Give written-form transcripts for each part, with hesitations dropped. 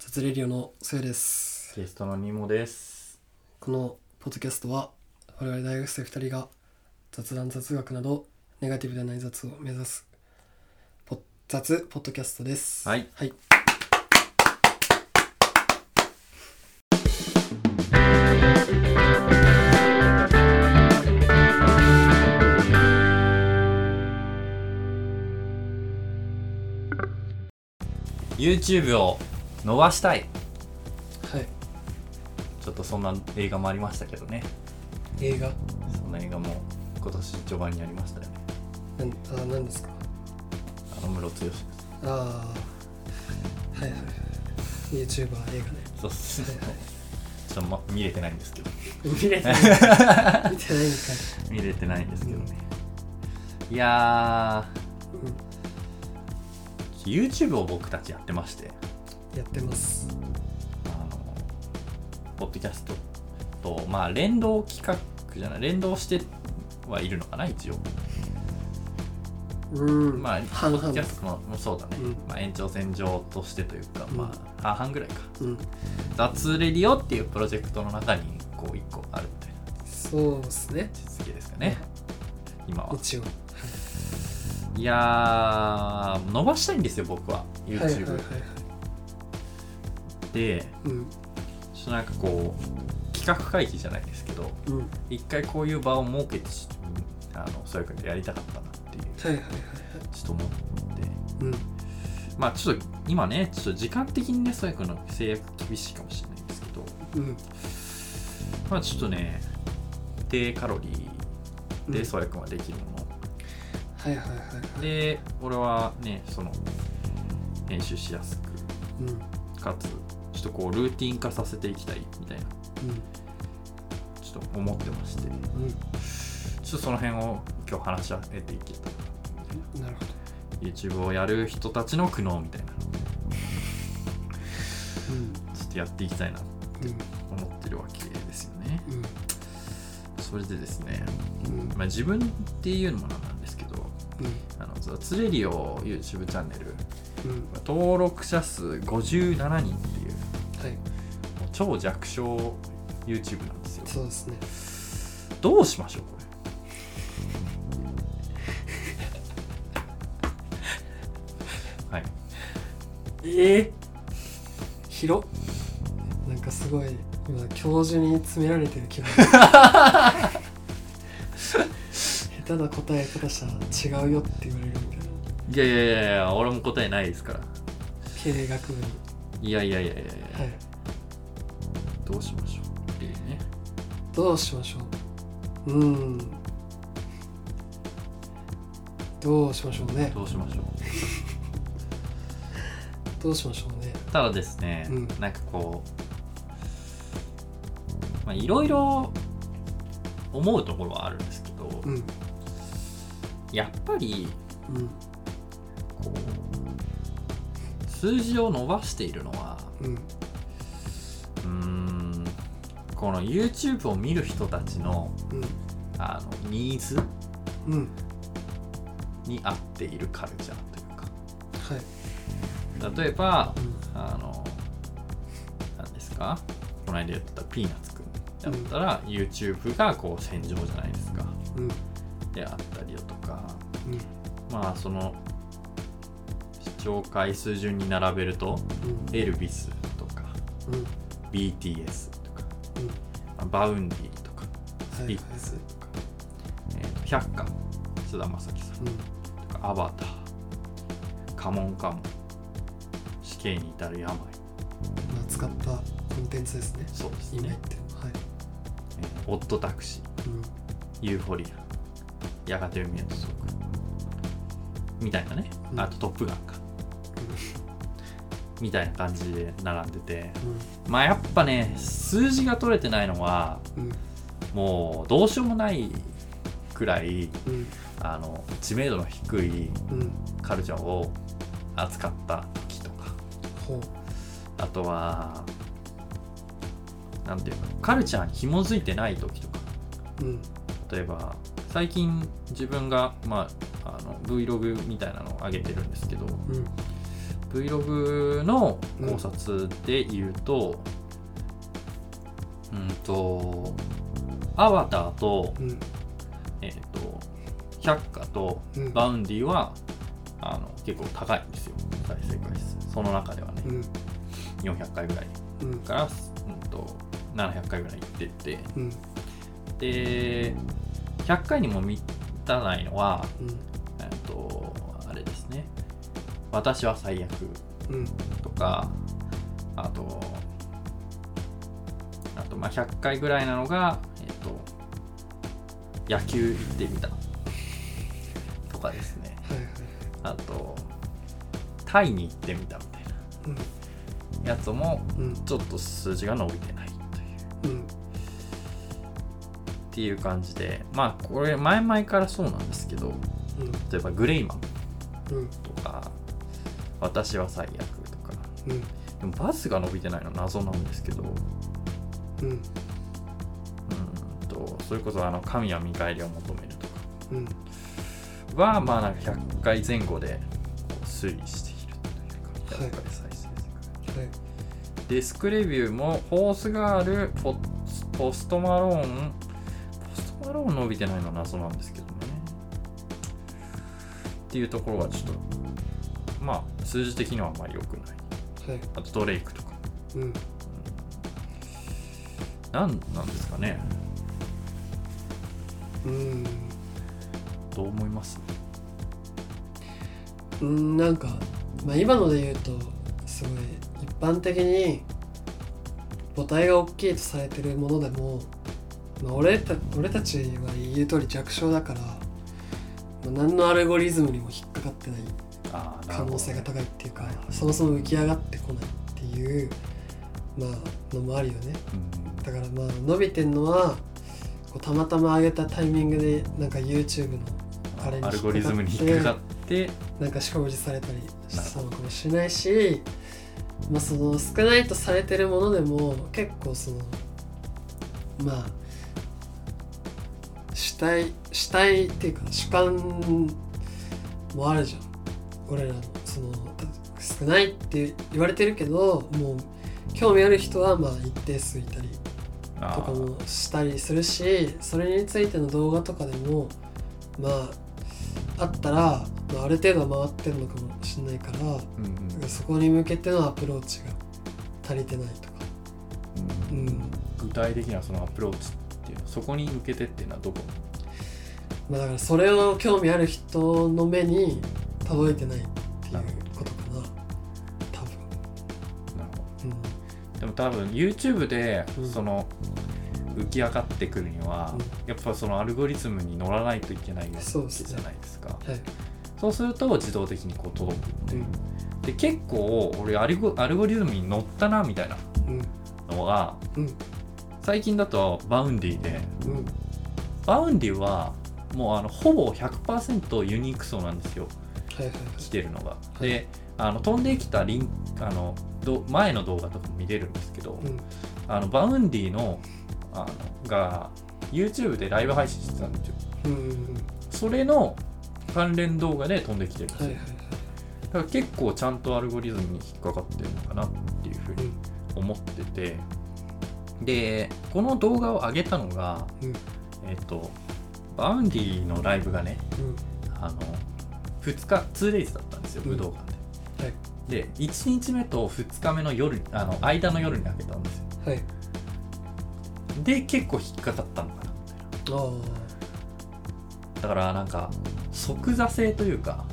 雑レディオのそやです。 ゲストのニモです。 このポッドキャストは我々大学生2人が雑談雑学などネガティブでない雑を目指す雑ポッドキャストです。 はい、 はい、 YouTube を伸ばしたい。 はい、 ちょっとそんな映画もありましたけどね。 映画そんな映画も今年序盤にありましたよね。 何ですか？ ムロツヨシです。 はいはいはい、YouTuber 映画ね。 そうっす、 はいはい、 ちょっと、見れてないんですけど見れてないんかい見れてないんですけどね、いやー、YouTube を僕たちやってまして、 やってます。 ポッドキャストと連動企画じゃない、連動してはいるのかな一応。 半々 ポッドキャストもそうだね、延長線上としてというか、半々ぐらいか、雑レディオっていうプロジェクトの中にこう1個あるみたいな。 そうですね。 位置づけですかね、今は。 一応、 いやー、伸ばしたいんですよ僕は YouTube、で、ちょっとなんかこう企画会議じゃないですけど、一回こういう場を設けてそういう感じでやりたかったなっていう、ちょっと思って、ちょっと今ね、ちょっと時間的にね、そういうの制約厳しいかもしれないんですけど、ちょっとね、低カロリーでそういうのができるもの、で、俺はね、その編集しやすく、かつちょっとこうルーティン化させていきたいみたいな、ちょっと思ってまして、ちょっとその辺を今日話し合っていけたら。なるほど。YouTube をやる人たちの苦悩みたいな、ちょっとやっていきたいなって思ってるわけですよね。それでですね、自分っていうのもなんですけど、雑レディオ YouTube チャンネル、登録者数57人っていう、超弱小 YouTube なんですよ。 そうですね。 どうしましょうこれ。はい。 広っ。なんかすごい今教授に詰められてる気分下手な答え方したら違うよって言われるみたいな。 いや俺も答えないですから。 経営学部に。 いや、どうしましょうっていうね。 どうしましょう。どうしましょうね。 どうしましょう。 どうしましょうね。 ただですね、なんかこう、いろいろ思うところはあるんですけど、やっぱり、こう数字を伸ばしているのは、この YouTube を見る人たちの、ニーズ、に合っているカルチャーというか、例えば、何ですか、この間言ってたピーナッツくんだったら、YouTube がこう戦場じゃないですか、であったりだとか、その視聴回数順に並べると、エルビスとか、BTS とか、バウンディとか、スピッツとか、百花菅田将暉さん、とかアバター、カモンカモン、死刑に至る病、 使ったコンテンツですね。 そうですね。 今言ってる、 オッドタクシー、ユーフォリア、やがて海へと続くみたいなね、あとトップガンか、みたいな感じで並んでて、やっぱね、数字が取れてないのは、もうどうしようもないくらい、知名度の低いカルチャーを扱った時とか、あとはなんていうの、カルチャーに紐づいてない時とか、例えば最近自分がVlog みたいなのを上げてるんですけど、 Vlog の考察で言うと、アバターと、百花とバウンディは、結構高いんですよ、再生回数。その中ではね、400回ぐらいから、700回ぐらいいってて、で100回にも満たないのは、あれですね、私は最悪とか、あとまあ100回ぐらいなのが、野球行ってみたとかですね、あとタイに行ってみたみたいなやつもちょっと数字が伸びてないという、っていう感じで、まあこれ前々からそうなんですけど、例えばグレイマンとか、私は最悪とか、でもバスが伸びてないの謎なんですけど、それこそ神は見返りを求めるとかは、まあなんか100回前後で推移しているというか、100回再生デスクレビューもホースガール、ポストマローン伸びてないのは謎なんですけどねっていうところはちょっとまあ数字的にはあんまり良くない、あとドレイクとか、なんですかね。どう思います？ なんか、まあ、今ので言うとすごい一般的に母体が大きいとされてるものでも、まあ、俺たちは言う通り弱小だから、まあ、何のアルゴリズムにも引っかかってない可能性が高いっていうか、そもそも浮き上がってこないっていう、まあ、のもあるよね。だからまあ伸びてんのはこうたまたま上げたタイミングでなんか YouTube のあれにアルゴリズムに引っかかってなんか表示されたりしたのかもしれないし、まあその少ないとされてるものでも結構そのまあ主体っていうか主観もあるじゃん。俺らのその少ないって言われてるけど、もう興味ある人はまあ一定数いたりとかもしたりするし、それについての動画とかでもまああったら、まあ、ある程度は回ってるのかもしれないから、そこに向けてのアプローチが足りてないとか、 具体的なそのアプローチっていうの、そこに向けてっていうのはどこ？ まあだからそれを興味ある人の目に届いてないっていうことかな、多分。 なるほど。でも多分 YouTube でその浮き上がってくるには、やっぱそのアルゴリズムに乗らないといけないわけじゃないですか。そうすると自動的にこう届くっていう、で結構俺アルゴリズムに乗ったなみたいなのが、最近だとバウンディで、バウンディはもうほぼ 100% ユニーク層なんですよ、来てるのが。で飛んできた前の動画とかも見れるんですけど、バウンディのが YouTube でライブ配信してたんですよ、それの関連動画で飛んできてるんですよ、だから結構ちゃんとアルゴリズムに引っかかってるのかなっていうふうに思ってて、でこの動画を上げたのが、バウンディのライブがね、2日 2days だったんですよ、武道館で。で1日目と2日目の夜間の夜に上げたんですよ、で結構引っかかったのかなみたいな。だからなんか即座性というか、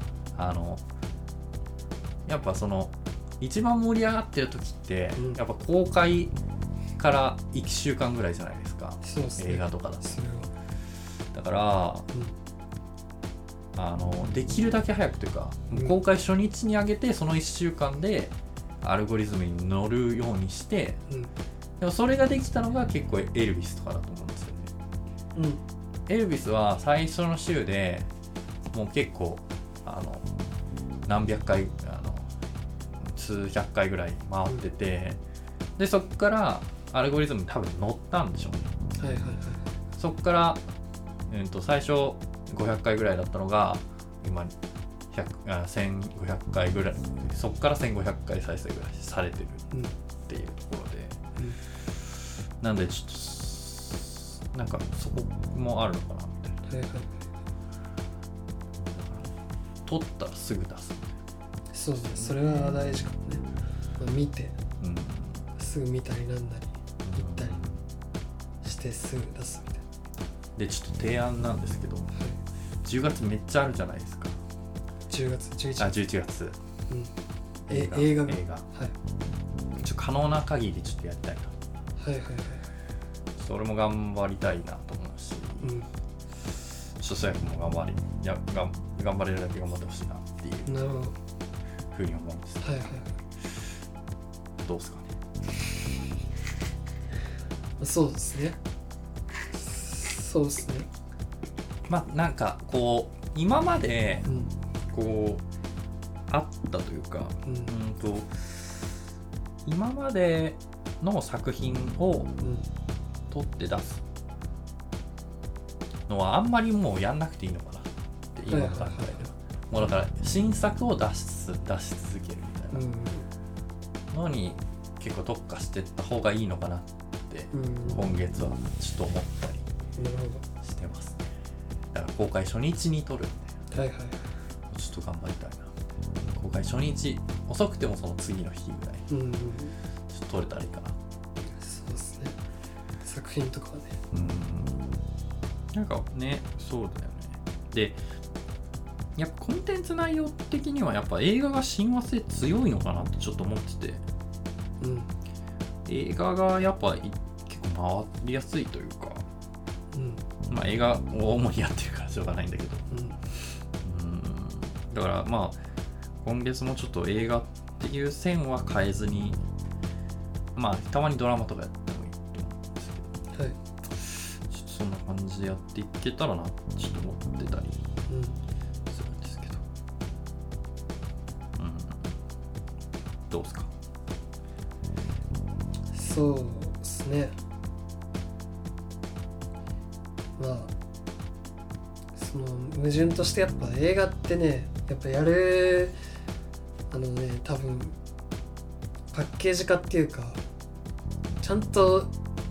やっぱその一番盛り上がってる時って、やっぱ公開から1週間ぐらいじゃないですか、映画とかだと。だから、できるだけ早くというか、公開初日に上げてその1週間でアルゴリズムに乗るようにして、でもそれができたのが結構エルヴィスとかだと思うんですよね。エルヴィスは最初の週でもう結構何百回数百回ぐらい回ってて、でそっからアルゴリズムに多分乗ったんでしょうね。そっから、最初500回ぐらいだったのが今 1500回ぐらい、そこから1500回再生ぐらいされてるっていうところで、なんでちょっとなんかそこもあるのかなみたいな、撮ったらすぐ出す。 そうですね、それは大事かもね、見て、すぐ見たりなんだり言ったりしてすぐ出すみたいな。 でちょっと提案なんですけど、10月めっちゃあるじゃないですか。 10月11月 11月、 映画が、 ちょっと可能な限りちょっとやりたいな。それも頑張りたいなと思うし、ちょっとそうやっても頑張れるだけ頑張ってほしいなっていうふうに思うんです、どうですかね。 そうですね。 まあなんかこう今までこうあったというか、今までの作品を撮って出すのはあんまりもうやんなくていいのかなって今の段階では、もうだから新作を出し続けるみたいなのに結構特化してった方がいいのかなって今月はちょっと思ったりしてますね。だから公開初日に撮るみたいな、ちょっと頑張りたいな。公開初日遅くてもその次の日ぐらいちょっと撮れたらいいかな。 そうですね、作品とかはね、 なんかね、そうだよね。でやっぱコンテンツ内容的にはやっぱ映画が親和性強いのかなってちょっと思ってて、映画がやっぱ結構回りやすいというか、まあ映画を主にやってるからしょうがないんだけど、だからまあ今月もちょっと映画っていう線は変えずに、まあたまにドラマとかやってもいいと思うんですけど、ちょっとそんな感じでやっていけたらなってちょっと思ってたりするんですけど、どうですか。 そうですね。まあその矛盾としてやっぱ映画ってね、やっぱやる多分パッケージ化っていうかちゃんと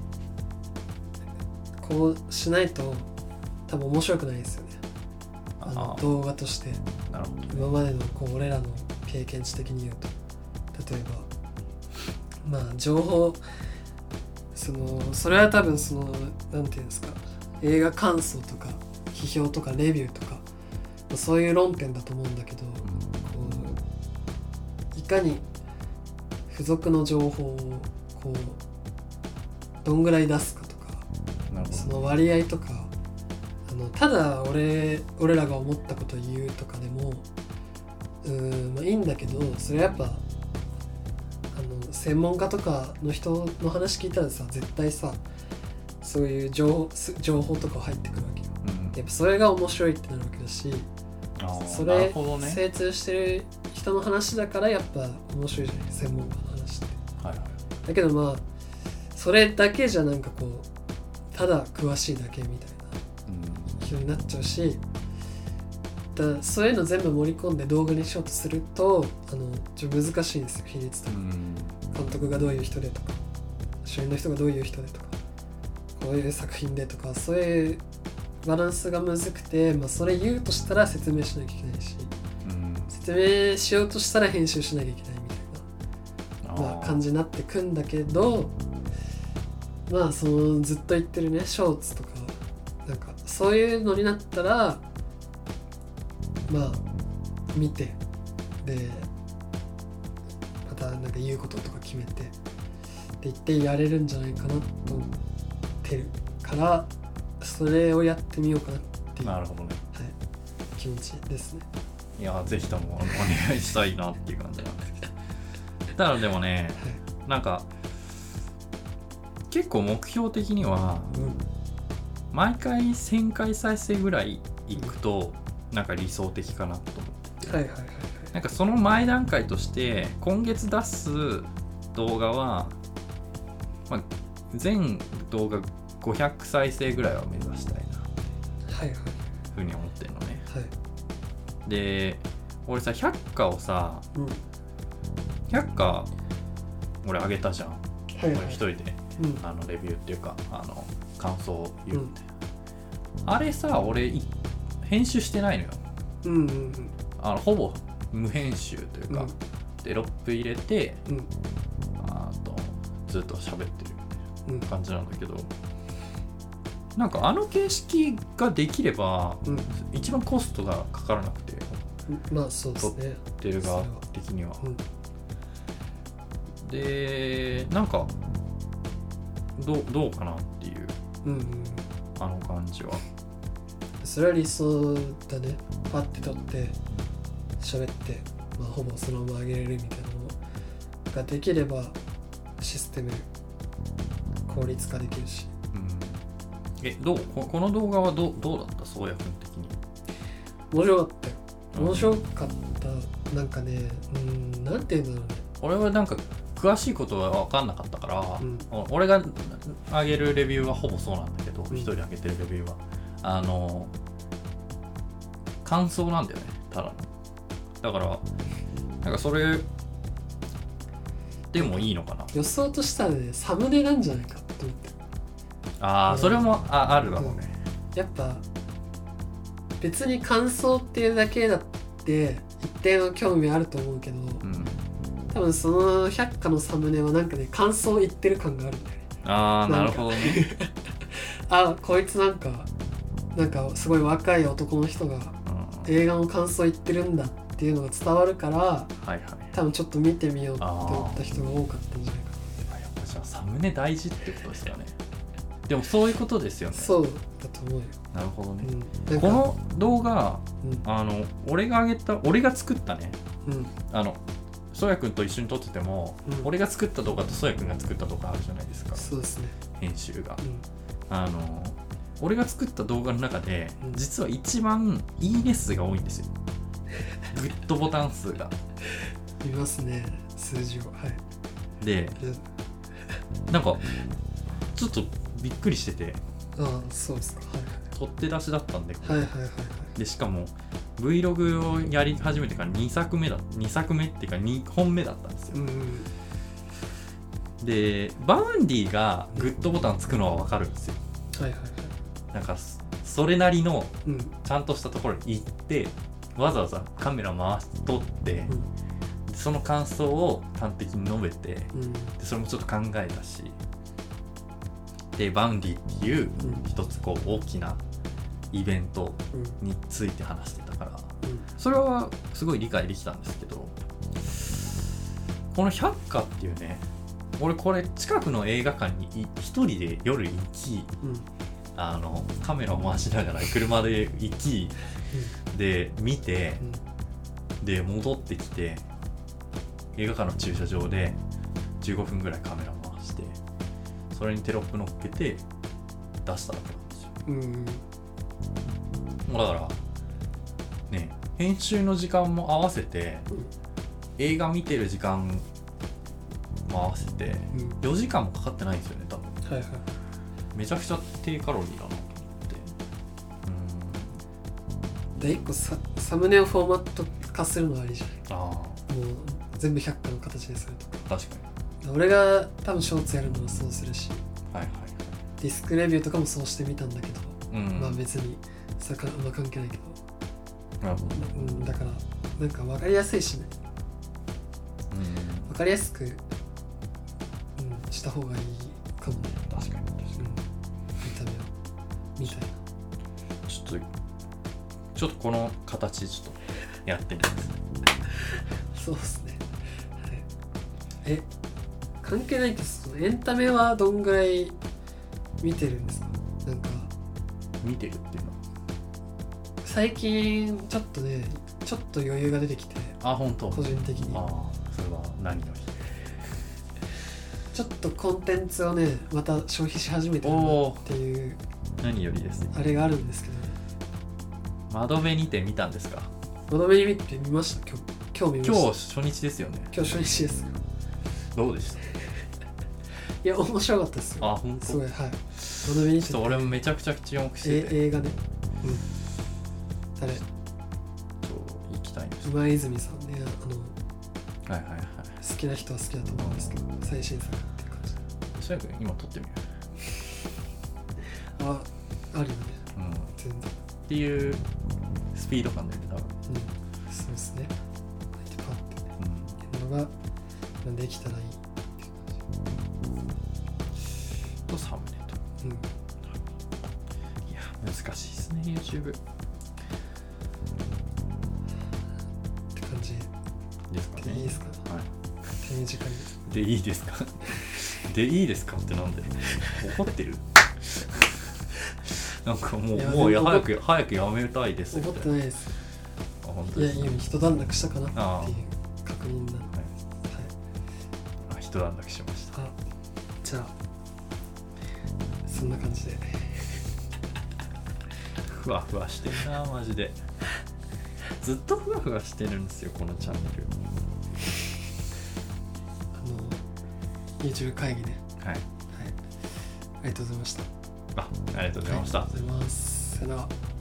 こうしないと多分面白くないですよね。動画として。 なるほど、ね、 今までの俺らの経験値的に言うと、例えばまあ情報それは多分なんていうんですか、映画感想とか批評とかレビューとかそういう論点だと思うんだけど、いかに付属の情報をどんぐらい出すかとか、その割合とか、ただ俺らが思ったことを言うとかでもまあいいんだけど、それはやっぱ専門家とかの人の話聞いたらさ、絶対さそういう情報とか入ってくるわけよ、やっぱそれが面白いってなるわけだし、それ、精通してる人の話だからやっぱ面白いじゃない、専門家の話って、だけどまあそれだけじゃなんかただ詳しいだけみたいな人になっちゃうし、そういうの全部盛り込んで動画にしようとするとちょっと難しいんですよ、比率とか、監督がどういう人でとか主演の人がどういう人でとかこういう作品でとか、そういうバランスがむずくて、それ言うとしたら説明しなきゃいけないし、説明しようとしたら編集しなきゃいけないみたいな、感じになってくんだけど、ずっと言ってるねショーツとかなんかそういうのになったら見て、でまたなんか言うこととか決めてって言ってやれるんじゃないかなと思ってるから、それをやってみようかなっていう、 なるほどね、 気持ちですね。 いやぜひともお願いしたいなっていう感じなんですけどだからでもね、なんか結構目標的には、毎回1000回再生ぐらいいくとなんか理想的かなと思ってて、なんかその前段階として今月出す動画は、全動画500再生ぐらいは目指したいなふうに思ってるのね、で俺さ百科をさ、百科俺あげたじゃん、俺一人で、レビューっていうか感想を言うみたいな、あれさ俺編集してないのよ、ほぼ無編集というか、テロップ入れて、ずっと喋ってるみたいな感じなんだけど、なんか形式ができれば、一番コストがかからなくて、 まあそうですね、 撮ってる側的には、でなんかどうかなっていう、感じは。 それは理想だね。パッて撮って喋って、ほぼそのまま上げれるみたいなのができればシステム効率化できるし。 この動画はどうだった？宗谷君的に。 面白かったよ。面白かった。なんかね、なんていうんだろうね。 俺はなんか詳しいことは分かんなかったから、俺が上げるレビューはほぼそうなんだけど、一人上げてるレビューは感想なんだよね、ただの。だからなんかそれでもいいのかな。 予想としたらね、サムネなんじゃないかと思って。 それもあるだろうね。 やっぱ別に感想っていうだけだって一定の興味あると思うけど、多分その百科のサムネはなんかね、感想を言ってる感があるんだよね。 なるほどね。 こいつなんかすごい若い男の人が映画の感想言ってるんだっていうのが伝わるから、多分ちょっと見てみようって思った人が多かったんじゃないかな。 やっぱじゃあサムネ大事ってことですよね。でもそういうことですよね。 そうだと思うよ。 なるほどね。この動画、俺が作ったね、宗谷君と一緒に撮ってても、俺が作った動画と宗谷君が作った動画あるじゃないですか。 そうですね。 編集が、俺が作った動画の中で、実は一番いいね数が多いんですよ。グッドボタン数が見ますね、数字を。 で、なんかちょっとびっくりしてて、 そうですか。 取って出しだったんで、でしかも Vlog をやり始めてから2作目っていうか2本目だったんですよ。でバウンディがグッドボタンつくのは分かるんですよ。なんかそれなりのちゃんとしたところに行って、わざわざカメラ回して撮って、その感想を端的に述べて、でそれもちょっと考えたし、でバウンディっていう一つこう大きなイベントについて話してたから、それはすごい理解できたんですけど、この百科っていうね、俺これ近くの映画館に一人で夜行き、カメラを回しながら車で行き、で見て、で戻ってきて映画館の駐車場で15分ぐらいカメラ回して、それにテロップ乗っけて出したわけなんですよ。もうだからね、編集の時間も合わせて、映画見てる時間も合わせて4時間もかかってないんですよね、多分。めちゃくちゃ低カロリーだなと思って。 で1個サムネをフォーマット化するのはありじゃない。もう全部百科の形にするとか。確かに。俺が多分ショーツやるのはそうするし、ディスクレビューとかもそうしてみたんだけど、別に関係ないけど、だからなんか分かりやすいしね、分かりやすく、した方がいいかもね。 確かに見た目をみたいな。 ちょっとこの形ちょっとやってみます。 そうですね。関係ないけど、エンタメはどんぐらい見てるんですか？なんか見てるっていうのは最近ちょっと余裕が出てきて。 本当？ 個人的に。 それは何よりちょっとコンテンツをね、また消費し始めてるなっていう何よりです。 あれがあるんですけど、 窓辺にて見たんですか？ 窓辺に見てみました。今日見ました。 今日初日ですよね。 今日初日です。 どうでした？ いや、面白かったですよ。 本当？ すごい、窓辺にて。 ちょっと俺もめちゃくちゃ注目してて。 映画ね。誰？ 行きたいんです今泉さんね、 はいはいはい。 好きな人は好きだと思うんですけど、最新作っていう感じで。 そやく今撮ってみる。 あるよね、全然。 っていうスピード感だよね、多分。 そうですね。パッてね、のができたらいいっていう感じ。 とサムネと。いや難しいですね YouTube。 って感じですかね。 でいいですか。 はい。 手短に。 でいいですか。でいいですかってなんで怒ってる。なんかもう早くやめたいです怒ってないです。 あ、本当ですか。 いや一段落したかなっていう確認なんで、 一段落しました。 じゃあそんな感じでふわふわしてるなマジで。ずっとふわふわしてるんですよこのチャンネル。YouTube 会議ね。はい、ありがとうございました。 ありがとうございました。 ありがとうございます。 さよなら。